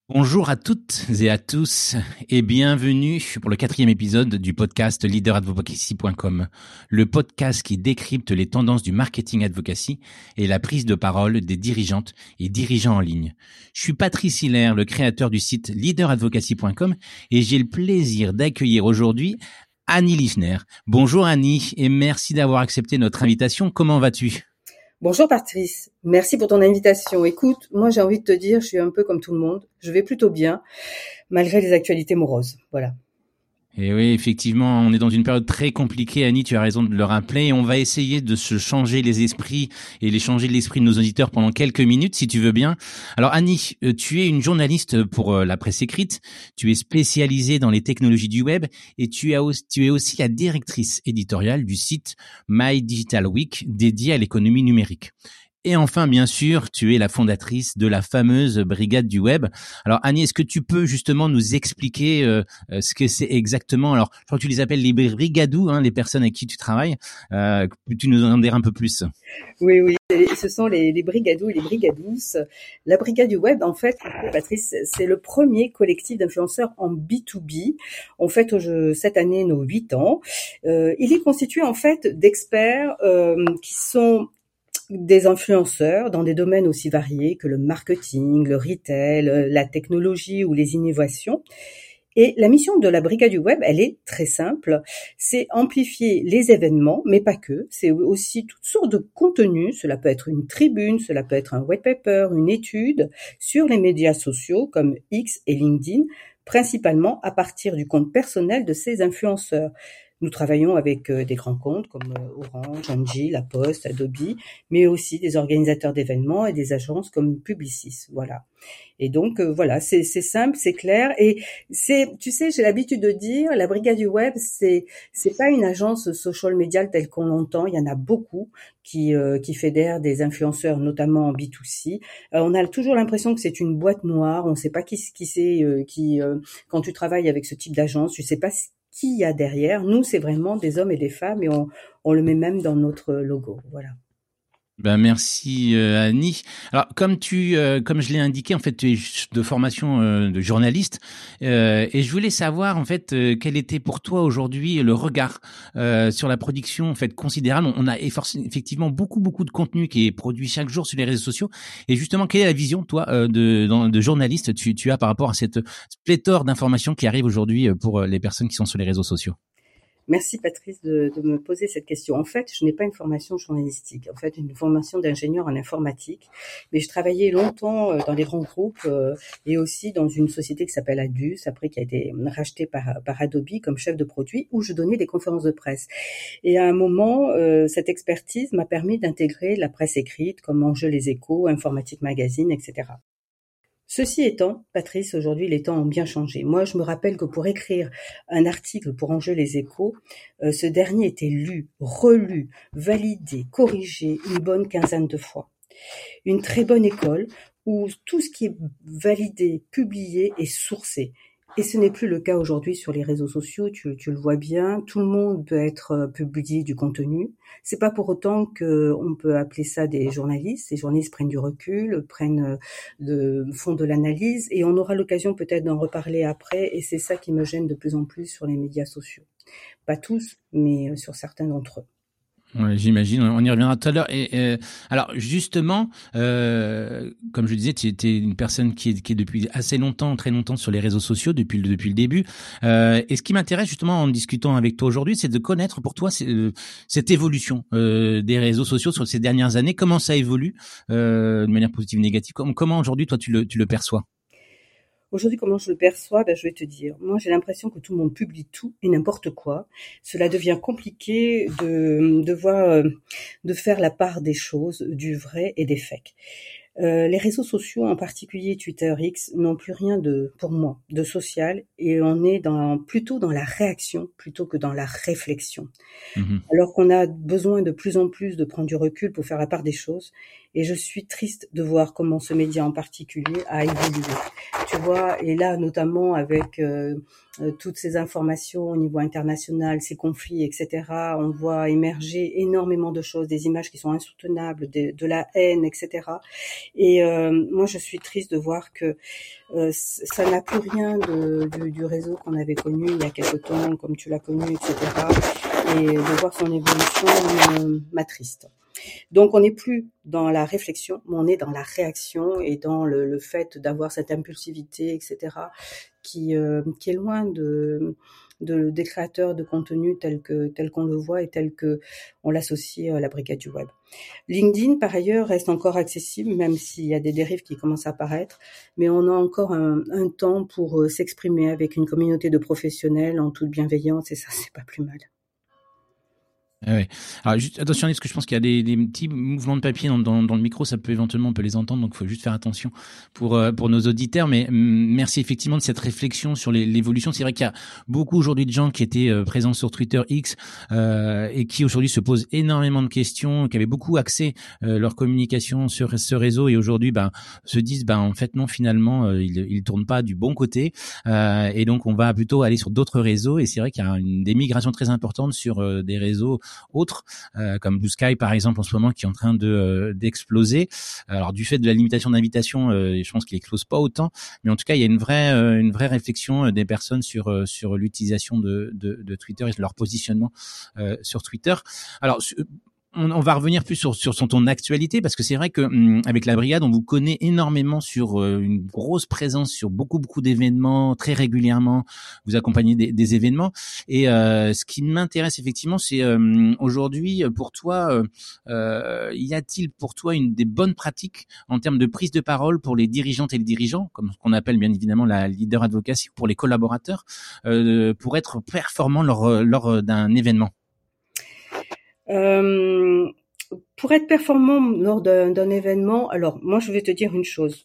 Bonjour à toutes et à tous et bienvenue pour le 4e épisode du podcast leaderadvocacy.com, le podcast qui décrypte les tendances du marketing advocacy et la prise de parole des dirigeantes et dirigeants en ligne. Je suis Patrice Hilaire, le créateur du site leaderadvocacy.com et j'ai le plaisir d'accueillir aujourd'hui Annie Lichner. Bonjour Annie et merci d'avoir accepté notre invitation. Comment vas-tu ? Bonjour Patrice, merci pour ton invitation. Écoute, moi j'ai envie de te dire, je suis un peu comme tout le monde, je vais plutôt bien, malgré les actualités moroses, voilà. Et oui, effectivement, on est dans une période très compliquée, Annie, tu as raison de le rappeler, et on va essayer de se changer les esprits et les changer l'esprit de nos auditeurs pendant quelques minutes, si tu veux bien. Alors Annie, tu es une journaliste pour la presse écrite, tu es spécialisée dans les technologies du web, et tu es aussi la directrice éditoriale du site My Digital Week, dédié à l'économie numérique. Et enfin, bien sûr, tu es la fondatrice de la fameuse Brigade du Web. Alors Annie, est-ce que tu peux justement nous expliquer ce que c'est exactement ? Alors, je crois que tu les appelles les brigadous, les personnes avec qui tu travailles. Peux-tu nous en dire un peu plus ? Oui, ce sont les brigadous et les brigadous. La Brigade du Web, en fait, Patrice, c'est le premier collectif d'influenceurs en B2B. On fête cette année nos 8 ans. Il est constitué en fait d'experts qui sont des influenceurs dans des domaines aussi variés que le marketing, le retail, la technologie ou les innovations. Et la mission de la Brigade du Web, elle est très simple, c'est amplifier les événements, mais pas que, c'est aussi toutes sortes de contenus, cela peut être une tribune, cela peut être un white paper, une étude, sur les médias sociaux comme X et LinkedIn, principalement à partir du compte personnel de ces influenceurs. Nous travaillons avec des grands comptes comme Orange, Engie, La Poste, Adobe, mais aussi des organisateurs d'événements et des agences comme Publicis. Voilà. Et donc voilà, c'est simple, c'est clair. Et tu sais, j'ai l'habitude de dire, la Brigade du Web, c'est pas une agence social media telle qu'on l'entend. Il y en a beaucoup qui fédèrent des influenceurs, notamment en B2C. On a toujours l'impression que c'est une boîte noire. On ne sait pas qui c'est quand tu travailles avec ce type d'agence, tu sais pas qui il y a derrière. Nous, c'est vraiment des hommes et des femmes et on le met même dans notre logo. Voilà. Ben merci Annie. Alors comme je l'ai indiqué, en fait tu es de formation de journaliste et je voulais savoir en fait quel était pour toi aujourd'hui le regard sur la production en fait considérable. On a effectivement beaucoup de contenu qui est produit chaque jour sur les réseaux sociaux et justement quelle est la vision toi de journaliste tu as par rapport à cette pléthore d'informations qui arrivent aujourd'hui pour les personnes qui sont sur les réseaux sociaux? Merci Patrice de me poser cette question. En fait, je n'ai pas une formation journalistique, en fait une formation d'ingénieur en informatique, mais je travaillais longtemps dans les grands groupes et aussi dans une société qui s'appelle Adus, après qui a été rachetée par Adobe comme chef de produit, où je donnais des conférences de presse. Et à un moment, cette expertise m'a permis d'intégrer la presse écrite comme Enjeux les Échos, Informatique Magazine, etc. Ceci étant, Patrice, aujourd'hui, les temps ont bien changé. Moi, je me rappelle que pour écrire un article pour Enjeux les Échos, ce dernier était lu, relu, validé, corrigé une bonne quinzaine de fois. Une très bonne école où tout ce qui est validé, publié est sourcé. Et ce n'est plus le cas aujourd'hui sur les réseaux sociaux, tu le vois bien, tout le monde peut être publié du contenu. C'est pas pour autant qu'on peut appeler ça des journalistes. Les journalistes prennent du recul, font de l'analyse, et on aura l'occasion peut-être d'en reparler après, et c'est ça qui me gêne de plus en plus sur les médias sociaux. Pas tous, mais sur certains d'entre eux. Ouais, j'imagine, on y reviendra tout à l'heure. Et alors justement, comme je disais, tu es une personne qui est depuis assez longtemps, très longtemps sur les réseaux sociaux depuis le début. Et ce qui m'intéresse justement en discutant avec toi aujourd'hui, c'est de connaître pour toi cette évolution des réseaux sociaux sur ces dernières années. Comment ça évolue de manière positive, négative. Comment aujourd'hui toi tu le perçois? Aujourd'hui, comment je le perçois ? Je vais te dire. Moi, j'ai l'impression que tout le monde publie tout et n'importe quoi. Cela devient compliqué de faire la part des choses, du vrai et des fakes. Les réseaux sociaux, en particulier Twitter X, n'ont plus rien pour moi, de social, et on est plutôt dans la réaction plutôt que dans la réflexion. Alors qu'on a besoin de plus en plus de prendre du recul pour faire la part des choses. Et je suis triste de voir comment ce média en particulier a évolué. Tu vois, et là, notamment avec toutes ces informations au niveau international, ces conflits, etc., on voit émerger énormément de choses, des images qui sont insoutenables, de la haine, etc. Et moi, je suis triste de voir que ça n'a plus rien du réseau qu'on avait connu il y a quelque temps, comme tu l'as connu, etc. Et de voir son évolution m'attriste. Donc on n'est plus dans la réflexion, mais on est dans la réaction et dans le fait d'avoir cette impulsivité, etc., qui est loin des créateurs de contenu tel qu'on le voit et tel que on l'associe à la brigade du web. LinkedIn, par ailleurs, reste encore accessible, même s'il y a des dérives qui commencent à apparaître, mais on a encore un temps pour s'exprimer avec une communauté de professionnels en toute bienveillance, et ça, c'est pas plus mal. Ouais. Alors juste attention, parce que je pense qu'il y a des petits mouvements de papier dans le micro, ça peut éventuellement on peut les entendre, donc il faut juste faire attention pour nos auditeurs. Mais merci effectivement de cette réflexion sur l'évolution. C'est vrai qu'il y a beaucoup aujourd'hui de gens qui étaient présents sur Twitter X et qui aujourd'hui se posent énormément de questions, qui avaient beaucoup axé leur communication sur ce réseau et aujourd'hui se disent en fait non, finalement ils tournent pas du bon côté et donc on va plutôt aller sur d'autres réseaux. Et c'est vrai qu'il y a des migrations très importantes sur des réseaux autres comme Blue Sky par exemple en ce moment qui est en train d'exploser. Alors du fait de la limitation d'invitation, je pense qu'il explose pas autant, mais en tout cas il y a une vraie réflexion des personnes sur l'utilisation de Twitter et leur positionnement sur Twitter. Alors on va revenir plus sur ton actualité parce que c'est vrai que avec la brigade on vous connaît énormément sur une grosse présence sur beaucoup d'événements très régulièrement. Vous accompagnez des événements et ce qui m'intéresse effectivement c'est aujourd'hui pour toi y a-t-il pour toi des bonnes pratiques en termes de prise de parole pour les dirigeantes et les dirigeants comme ce qu'on appelle bien évidemment la leader advocacy pour les collaborateurs pour être performants lors d'un événement? Pour être performant lors d'un événement, alors moi je vais te dire une chose,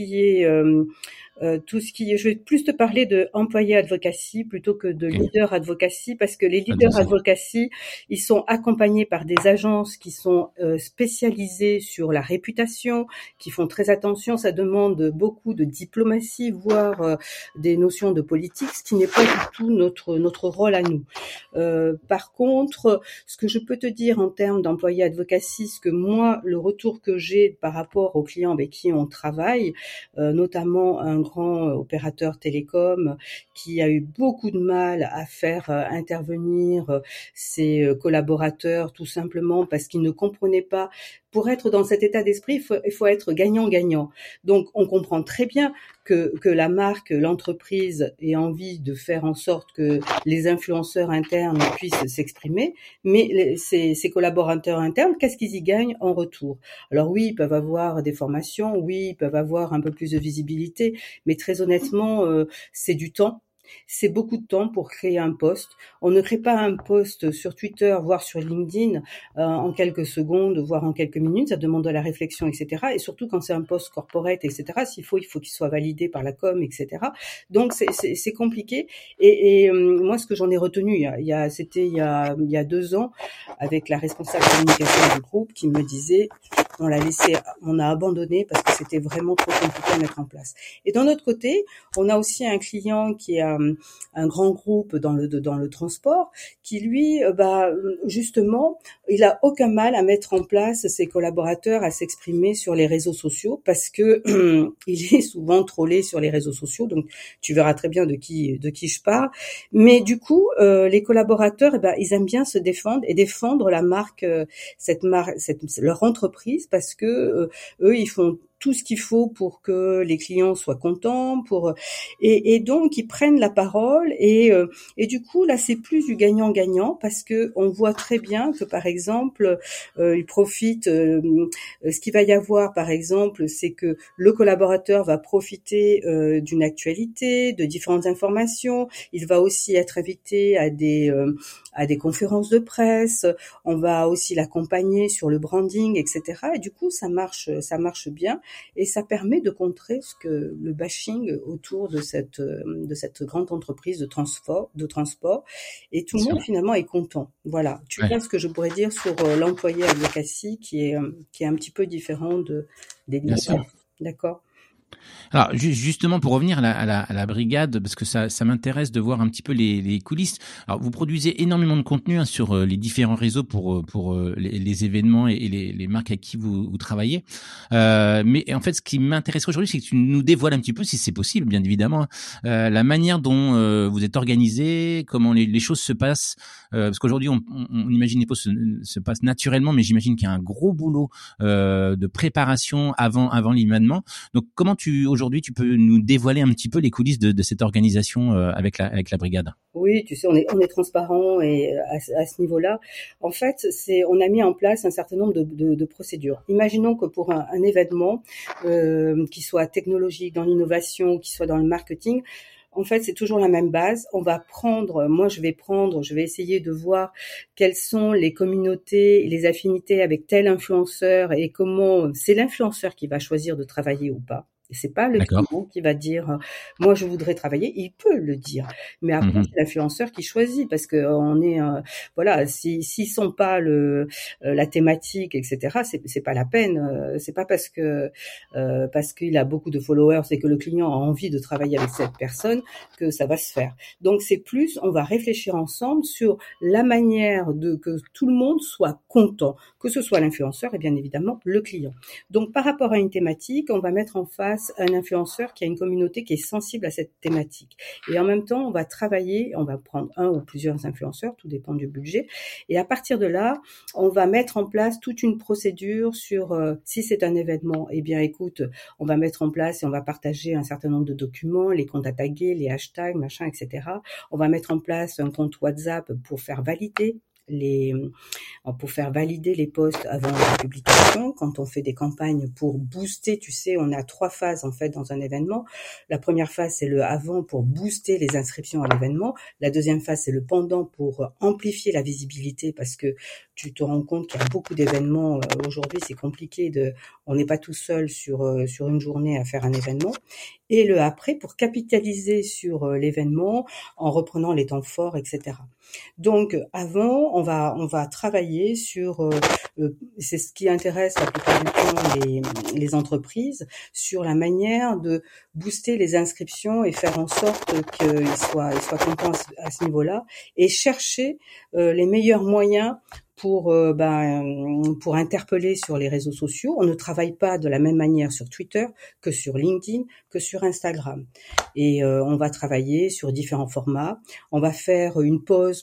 je vais plus te parler de employé advocacy plutôt que de leader advocacy parce que les leaders advocacy, ils sont accompagnés par des agences qui sont spécialisées sur la réputation, qui font très attention, ça demande beaucoup de diplomatie, voire des notions de politique, ce qui n'est pas du tout notre rôle à nous. Par contre, ce que je peux te dire en termes d'employé advocacy, ce que moi, le retour que j'ai par rapport aux clients avec qui on travaille, notamment un grand opérateur télécom qui a eu beaucoup de mal à faire intervenir ses collaborateurs tout simplement parce qu'ils ne comprenaient pas. Pour être dans cet état d'esprit, il faut être gagnant-gagnant. Donc, on comprend très bien que la marque, l'entreprise ait envie de faire en sorte que les influenceurs internes puissent s'exprimer, mais ces collaborateurs internes, qu'est-ce qu'ils y gagnent en retour? Alors oui, ils peuvent avoir des formations, oui, ils peuvent avoir un peu plus de visibilité, mais très honnêtement, c'est du temps. C'est beaucoup de temps pour créer un post. On ne crée pas un post sur Twitter, voire sur LinkedIn, en quelques secondes, voire en quelques minutes. Ça demande de la réflexion, etc. Et surtout quand c'est un post corporate, etc. Il faut qu'il soit validé par la com, etc. Donc c'est compliqué. Et moi, ce que j'en ai retenu, c'était il y a 2 ans, avec la responsable communication du groupe, qui me disait on a abandonné parce que c'était vraiment trop compliqué à mettre en place. Et d'un autre côté, on a aussi un client qui est un grand groupe dans le transport, qui lui, justement, il a aucun mal à mettre en place ses collaborateurs à s'exprimer sur les réseaux sociaux parce que il est souvent trollé sur les réseaux sociaux. Donc, tu verras très bien de qui je parle. Mais du coup, les collaborateurs, ils aiment bien se défendre et défendre la marque, leur entreprise parce que eux, ils font tout ce qu'il faut pour que les clients soient contents, et donc ils prennent la parole et du coup là c'est plus du gagnant-gagnant parce que on voit très bien que par exemple ils profitent. Ce qu'il va y avoir par exemple, c'est que le collaborateur va profiter d'une actualité, de différentes informations. Il va aussi être invité à des conférences de presse. On va aussi l'accompagner sur le branding, etc. Et du coup ça marche bien. et ça permet de contrer le bashing autour de cette grande entreprise de transport, et tout Bien le sûr. monde finalement est content. Voilà. Tu Ouais, vois ce que je pourrais dire sur l'employé advocacy qui est un petit peu différent des bien sûr. leaders. D'accord? Alors justement pour revenir à la brigade, parce que ça m'intéresse de voir un petit peu les coulisses. Alors vous produisez énormément de contenu sur les différents réseaux pour les événements et les marques avec qui vous travaillez. Mais en fait, ce qui m'intéresse aujourd'hui, c'est que tu nous dévoiles un petit peu, si c'est possible, bien évidemment, la manière dont vous êtes organisé, comment les choses se passent. Parce qu'aujourd'hui, on imagine les choses se passent naturellement, mais j'imagine qu'il y a un gros boulot de préparation avant l'événement. Donc, comment aujourd'hui tu peux nous dévoiler un petit peu les coulisses de cette organisation avec la brigade? Oui, tu sais, on est transparent et à ce niveau-là, en fait, on a mis en place un certain nombre de procédures. Imaginons que pour un événement qui soit technologique, dans l'innovation, qui soit dans le marketing, en fait, c'est toujours la même base. Je vais essayer de voir quelles sont les communautés, les affinités avec tel influenceur et comment c'est l'influenceur qui va choisir de travailler ou pas. Et c'est pas le D'accord. client qui va dire moi je voudrais travailler, il peut le dire, mais après Mhm. c'est l'influenceur qui choisit parce que on est voilà, s'ils sont pas la thématique, etc., c'est pas la peine, c'est pas parce qu'il a beaucoup de followers et que le client a envie de travailler avec cette personne que ça va se faire. Donc c'est plus, on va réfléchir ensemble sur la manière de que tout le monde soit content, que ce soit l'influenceur et bien évidemment le client. Donc par rapport à une thématique, on va mettre en face un influenceur qui a une communauté qui est sensible à cette thématique. Et en même temps, on va travailler, on va prendre un ou plusieurs influenceurs, tout dépend du budget. Et à partir de là, on va mettre en place toute une procédure sur si c'est un événement, eh bien écoute, on va mettre en place et on va partager un certain nombre de documents, les comptes à taguer, les hashtags, machin, etc. On va mettre en place un compte WhatsApp les pour faire valider les posts avant la publication. Quand on fait des campagnes pour booster, tu sais, on a 3 phases en fait dans un événement. La première phase, c'est le avant pour booster les inscriptions à l'événement. La deuxième phase, c'est le pendant pour amplifier la visibilité parce que tu te rends compte qu'il y a beaucoup d'événements aujourd'hui, c'est compliqué on n'est pas tout seul sur une journée à faire un événement. Et le après pour capitaliser sur l'événement en reprenant les temps forts, etc. Donc avant, on va travailler sur c'est ce qui intéresse la plupart du temps les entreprises, sur la manière de booster les inscriptions et faire en sorte qu'ils soient contents à ce niveau-là, et chercher les meilleurs moyens pour interpeller sur les réseaux sociaux. On ne travaille pas de la même manière sur Twitter que sur LinkedIn, que sur Instagram. Et on va travailler sur différents formats. On va faire une pause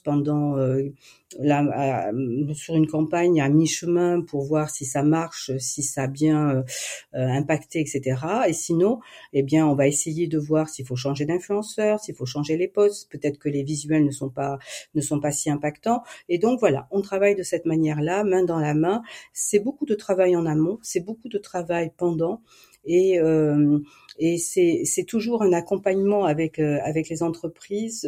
sur une campagne à mi-chemin pour voir si ça marche, si ça a bien impacté, etc. Et sinon, eh bien, on va essayer de voir s'il faut changer d'influenceur, s'il faut changer les posts. Peut-être que les visuels ne sont pas si impactants. Et donc voilà, on travaille de cette manière-là, main dans la main. C'est beaucoup de travail en amont, c'est beaucoup de travail pendant. Et c'est toujours un accompagnement avec les entreprises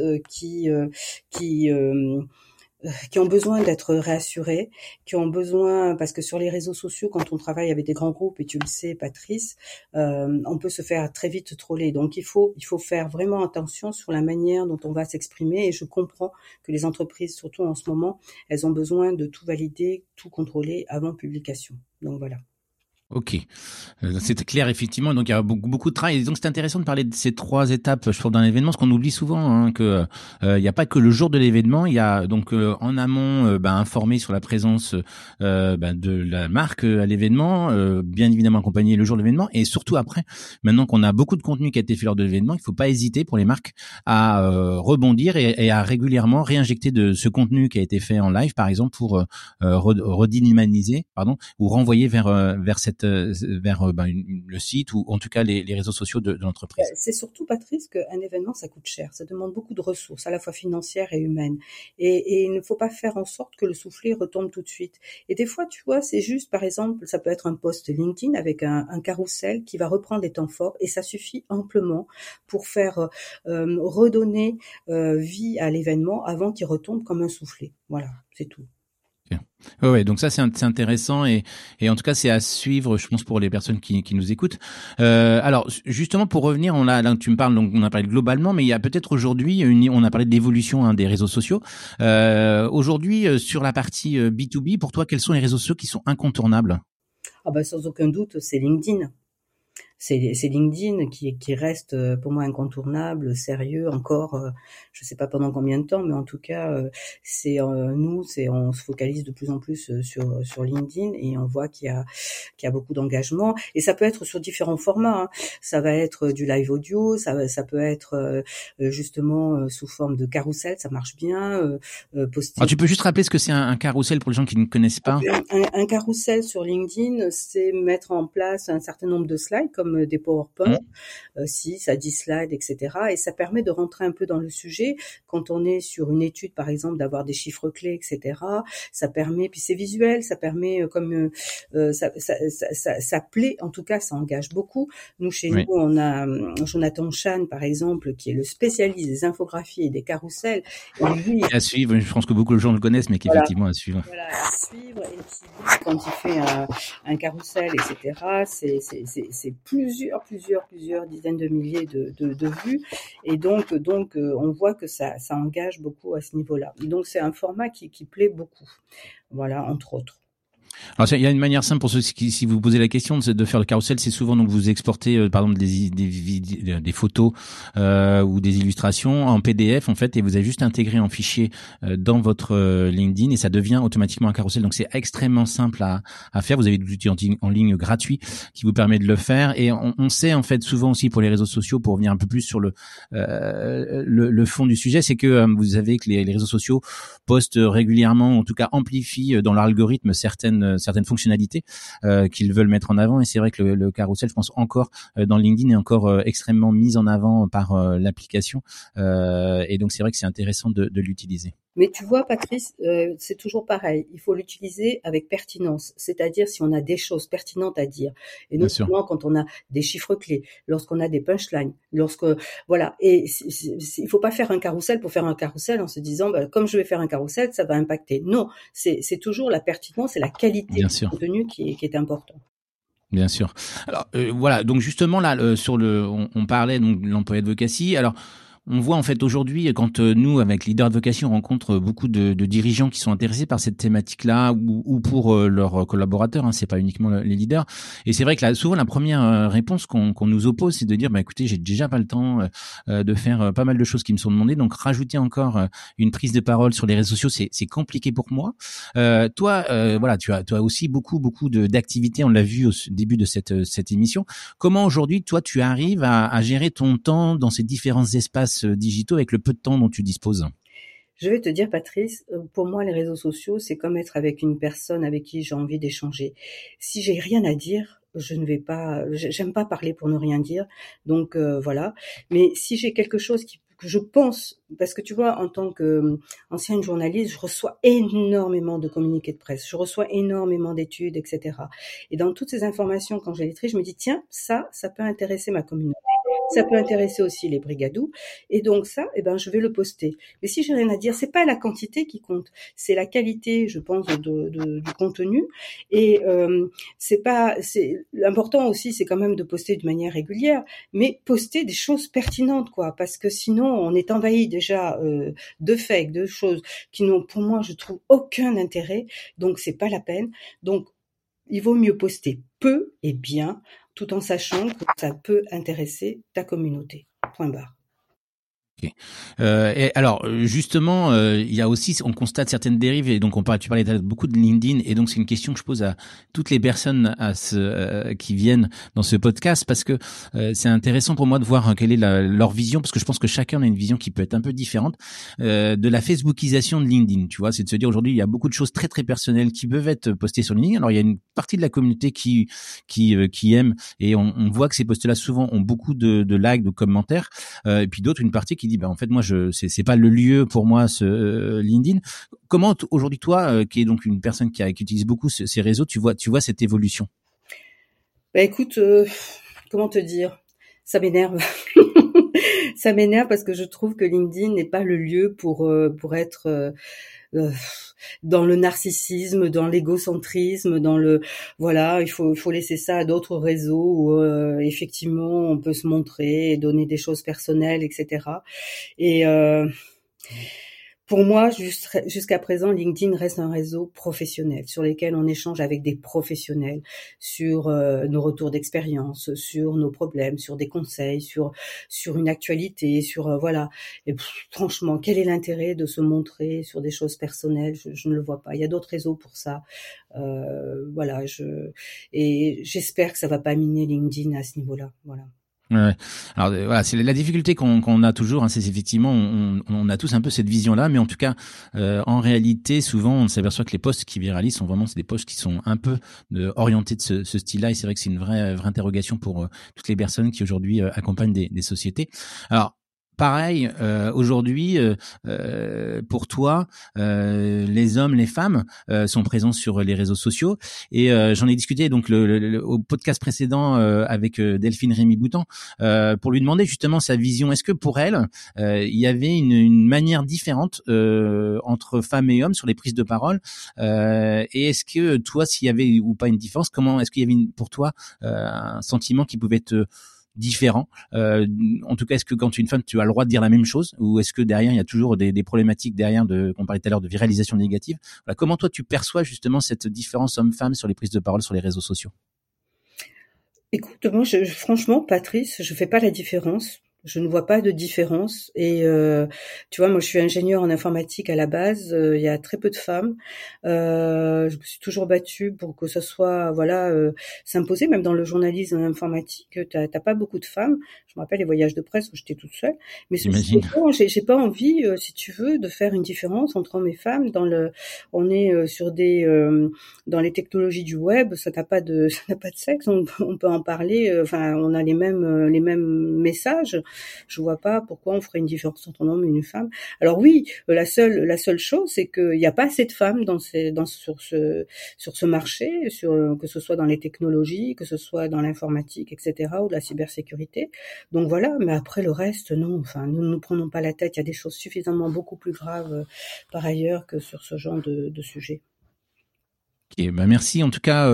qui ont besoin d'être rassurés, qui ont besoin, parce que sur les réseaux sociaux, quand on travaille avec des grands groupes, et tu le sais, Patrice, on peut se faire très vite troller. Donc il faut faire vraiment attention sur la manière dont on va s'exprimer. Et je comprends que les entreprises, surtout en ce moment, elles ont besoin de tout valider, tout contrôler avant publication. Donc voilà. Ok, c'était clair effectivement. Donc il y a beaucoup de travail. Et donc c'est intéressant de parler de ces 3 étapes, je trouve, d'un événement, parce qu'on oublie souvent que il n'y a pas que le jour de l'événement. Il y a donc en amont informer sur la présence de la marque à l'événement, bien évidemment accompagner le jour de l'événement, et surtout après, maintenant qu'on a beaucoup de contenu qui a été fait lors de l'événement, il faut pas hésiter pour les marques à rebondir et à régulièrement réinjecter de ce contenu qui a été fait en live, par exemple, pour redynamiser, ou renvoyer vers le site, ou en tout cas les réseaux sociaux de l'entreprise. C'est surtout, Patrice, qu'un événement, ça coûte cher. Ça demande beaucoup de ressources, à la fois financières et humaines. Et il ne faut pas faire en sorte que le soufflet retombe tout de suite. Et des fois, tu vois, c'est juste, par exemple, ça peut être un post LinkedIn avec un carrousel qui va reprendre les temps forts, et ça suffit amplement pour faire redonner vie à l'événement avant qu'il retombe comme un soufflet. Voilà, c'est tout. Ouais, donc ça c'est intéressant et en tout cas c'est à suivre, je pense, pour les personnes qui nous écoutent. Alors justement pour revenir, là tu me parles, donc on a parlé globalement, mais il y a peut-être aujourd'hui on a parlé de l'évolution des réseaux sociaux. Aujourd'hui sur la partie B2B, pour toi quels sont les réseaux sociaux qui sont incontournables? Ah bah sans aucun doute, c'est LinkedIn. C'est LinkedIn qui reste pour moi incontournable, sérieux encore. Je sais pas pendant combien de temps, mais en tout cas, on se focalise de plus en plus sur LinkedIn et on voit qu'il y a beaucoup d'engagement. Et ça peut être sur différents formats, hein. Ça va être du live audio, ça peut être justement sous forme de carrousel, ça marche bien. Poster. Alors tu peux juste rappeler ce que c'est un carrousel pour les gens qui ne connaissent pas? Un carrousel sur LinkedIn, c'est mettre en place un certain nombre de slides comme des PowerPoint, 6 à 10 slides, etc. Et ça permet de rentrer un peu dans le sujet. Quand on est sur une étude, par exemple, d'avoir des chiffres clés, etc. Ça permet, puis c'est visuel, ça permet ça plaît, en tout cas, ça engage beaucoup. Nous, chez nous, on a Jonathan Chan, par exemple, qui est le spécialiste des infographies et des carousels. Et lui, à suivre, je pense que beaucoup de gens le connaissent, mais qu'effectivement à suivre. Voilà, à suivre. Et puis, quand il fait un carrousel, etc., c'est plusieurs dizaines de milliers de vues. Et donc, on voit que ça engage beaucoup à ce niveau-là. Donc, c'est un format qui plaît beaucoup. Voilà, entre autres. Alors il y a une manière simple pour ceux qui, si vous posez la question de faire le carrousel, c'est souvent donc vous exportez par exemple des photos ou des illustrations en PDF en fait et vous avez juste intégré en fichier dans votre LinkedIn et ça devient automatiquement un carrousel. Donc c'est extrêmement simple à faire. Vous avez des outils en ligne gratuits qui vous permet de le faire et on sait en fait souvent aussi pour les réseaux sociaux, pour revenir un peu plus sur le fond du sujet, c'est que vous savez que les réseaux sociaux postent régulièrement, en tout cas amplifient dans leur algorithme certaines fonctionnalités qu'ils veulent mettre en avant et c'est vrai que le carrousel, je pense encore dans LinkedIn est encore extrêmement mis en avant par l'application et donc c'est vrai que c'est intéressant de l'utiliser. Mais tu vois, Patrice, c'est toujours pareil. Il faut l'utiliser avec pertinence, c'est-à-dire si on a des choses pertinentes à dire, et notamment quand on a des chiffres clés, lorsqu'on a des punchlines, voilà. Et il faut pas faire un carrousel pour faire un carrousel en se disant, comme je vais faire un carrousel, ça va impacter. Non, c'est toujours la pertinence et la qualité du contenu qui est important. Bien sûr. Alors voilà, donc justement là on parlait donc de l'employé advocacy. Alors on voit en fait aujourd'hui quand nous avec Leader Advocacy on rencontre beaucoup de dirigeants qui sont intéressés par cette thématique-là ou pour leurs collaborateurs, hein, c'est pas uniquement les leaders. Et c'est vrai que là souvent la première réponse qu'on nous oppose c'est de dire écoutez j'ai déjà pas le temps de faire pas mal de choses qui me sont demandées, donc rajouter encore une prise de parole sur les réseaux sociaux c'est compliqué pour moi. Toi voilà tu as aussi beaucoup d'activités, on l'a vu au début de cette émission. Comment aujourd'hui toi tu arrives à gérer ton temps dans ces différents espaces digitaux avec le peu de temps dont tu disposes? Je vais te dire, Patrice, pour moi, les réseaux sociaux, c'est comme être avec une personne avec qui j'ai envie d'échanger. Si j'ai rien à dire, j'aime pas parler pour ne rien dire. Donc, voilà. Mais si j'ai quelque chose que je pense, parce que tu vois, en tant que ancienne journaliste, je reçois énormément de communiqués de presse, je reçois énormément d'études, etc. Et dans toutes ces informations, quand je les trie, je me dis, tiens, ça peut intéresser ma communauté. Ça peut intéresser aussi les brigadous. Et donc ça, je vais le poster. Mais si j'ai rien à dire, c'est pas la quantité qui compte, c'est la qualité, je pense, du contenu. Et c'est l'important aussi, c'est quand même de poster de manière régulière, mais poster des choses pertinentes, quoi, parce que sinon on est envahi déjà de fakes, de choses qui n'ont, pour moi, je trouve aucun intérêt. Donc c'est pas la peine. Donc il vaut mieux poster peu et bien, tout en sachant que ça peut intéresser ta communauté. Point barre. Okay. Et alors justement, il y a aussi, on constate certaines dérives et donc tu parlais beaucoup de LinkedIn et donc c'est une question que je pose à toutes les personnes qui viennent dans ce podcast parce que c'est intéressant pour moi de voir quelle est leur vision parce que je pense que chacun a une vision qui peut être un peu différente de la Facebookisation de LinkedIn. Tu vois, c'est de se dire aujourd'hui il y a beaucoup de choses très très personnelles qui peuvent être postées sur LinkedIn. Alors il y a une partie de la communauté qui aime et on voit que ces posts-là souvent ont beaucoup de likes, de commentaires et puis d'autres une partie qui dit en fait moi c'est pas le lieu pour moi ce LinkedIn. Comment aujourd'hui toi qui est donc une personne qui utilise beaucoup ces réseaux, tu vois cette évolution? Écoute, comment te dire, ça m'énerve. Ça m'énerve parce que je trouve que LinkedIn n'est pas le lieu pour être euh, dans le narcissisme, dans l'égocentrisme, dans le voilà, il faut laisser ça à d'autres réseaux où effectivement on peut se montrer et donner des choses personnelles, etc. Et pour moi, jusqu'à présent, LinkedIn reste un réseau professionnel sur lequel on échange avec des professionnels sur nos retours d'expérience, sur nos problèmes, sur des conseils, sur une actualité, sur voilà. Et franchement, quel est l'intérêt de se montrer sur des choses personnelles? Je ne le vois pas. Il y a d'autres réseaux pour ça. Voilà. Et j'espère que ça va pas miner LinkedIn à ce niveau-là. Voilà. Ouais. Alors voilà, c'est la difficulté qu'on a toujours. Hein, c'est effectivement, on a tous un peu cette vision-là, mais en tout cas, en réalité, souvent, on s'aperçoit que les posts qui viralisent sont vraiment c'est des posts qui sont un peu orientés de ce style-là. Et c'est vrai que c'est une vraie interrogation pour toutes les personnes qui aujourd'hui accompagnent des sociétés. Alors. Pareil, aujourd'hui, pour toi, les hommes, les femmes sont présents sur les réseaux sociaux et j'en ai discuté donc au podcast précédent avec Delphine Rémy-Boutan pour lui demander justement sa vision. Est-ce que pour elle, il y avait une manière différente entre femmes et hommes sur les prises de parole et est-ce que toi, s'il y avait ou pas une différence, comment est-ce qu'il y avait pour toi un sentiment qui pouvait être différent. En tout cas, est-ce que quand tu es une femme, tu as le droit de dire la même chose ou est-ce que derrière, il y a toujours des problématiques derrière qu'on parlait tout à l'heure de viralisation négative? Voilà, comment toi, tu perçois justement cette différence homme-femme sur les prises de parole sur les réseaux sociaux? Écoute, moi, franchement, Patrice, je fais pas la différence. Je ne vois pas de différence et tu vois, moi je suis ingénieure en informatique à la base, il y a très peu de femmes. Je me suis toujours battue pour que ça soit voilà s'imposer même dans le journalisme informatique, t'as pas beaucoup de femmes. Je me rappelle les voyages de presse où j'étais toute seule, mais J'imagine. j'ai pas envie si tu veux de faire une différence entre hommes et femmes on est sur dans les technologies du web, ça n'a pas de sexe, on peut en parler, enfin on a les mêmes messages. Je vois pas pourquoi on ferait une différence entre un homme et une femme. Alors oui, la seule chose, c'est qu'il n'y a pas assez de femmes sur ce marché, que ce soit dans les technologies, que ce soit dans l'informatique, etc., ou de la cybersécurité. Donc voilà, mais après le reste, non. Enfin, nous ne nous prenons pas la tête. Il y a des choses suffisamment beaucoup plus graves par ailleurs que sur ce genre de sujet. Ok, bah merci. En tout cas,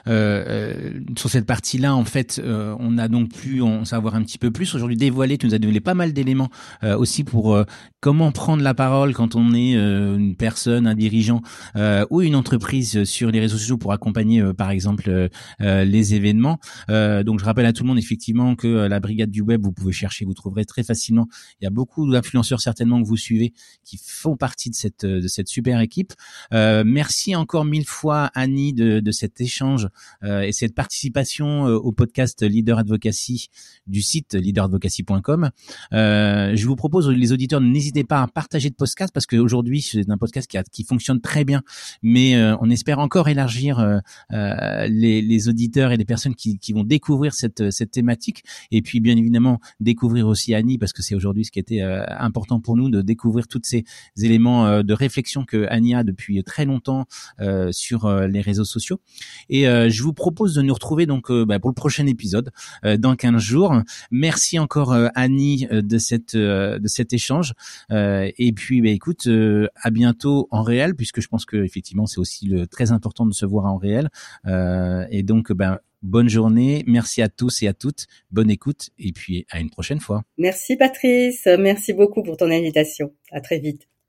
sur cette partie-là, en fait, on a donc pu en savoir un petit peu plus. Aujourd'hui, dévoilé, tu nous as dévoilé pas mal d'éléments aussi pour comment prendre la parole quand on est une personne, un dirigeant ou une entreprise sur les réseaux sociaux pour accompagner, par exemple, les événements. Donc, je rappelle à tout le monde effectivement que la brigade du web, vous pouvez chercher, vous trouverez très facilement. Il y a beaucoup d'influenceurs certainement que vous suivez qui font partie de cette super équipe. Merci encore 1000 fois Annie de cet échange et cette participation au podcast Leader Advocacy du site leaderadvocacy.com. Je vous propose, les auditeurs, n'hésitez pas à partager le podcast parce qu'aujourd'hui c'est un podcast qui fonctionne très bien, mais on espère encore élargir les auditeurs et les personnes qui vont découvrir cette thématique et puis bien évidemment découvrir aussi Annie parce que c'est aujourd'hui ce qui était important pour nous de découvrir tous ces éléments de réflexion que Annie a depuis très longtemps sur les réseaux sociaux. Et je vous propose de nous retrouver donc pour le prochain épisode dans 15 jours. Merci encore Annie de cet échange. Et puis écoute, à bientôt en réel puisque je pense que effectivement c'est aussi très important de se voir en réel. Et donc bonne journée, merci à tous et à toutes, bonne écoute et puis à une prochaine fois. Merci Patrice, merci beaucoup pour ton invitation. À très vite.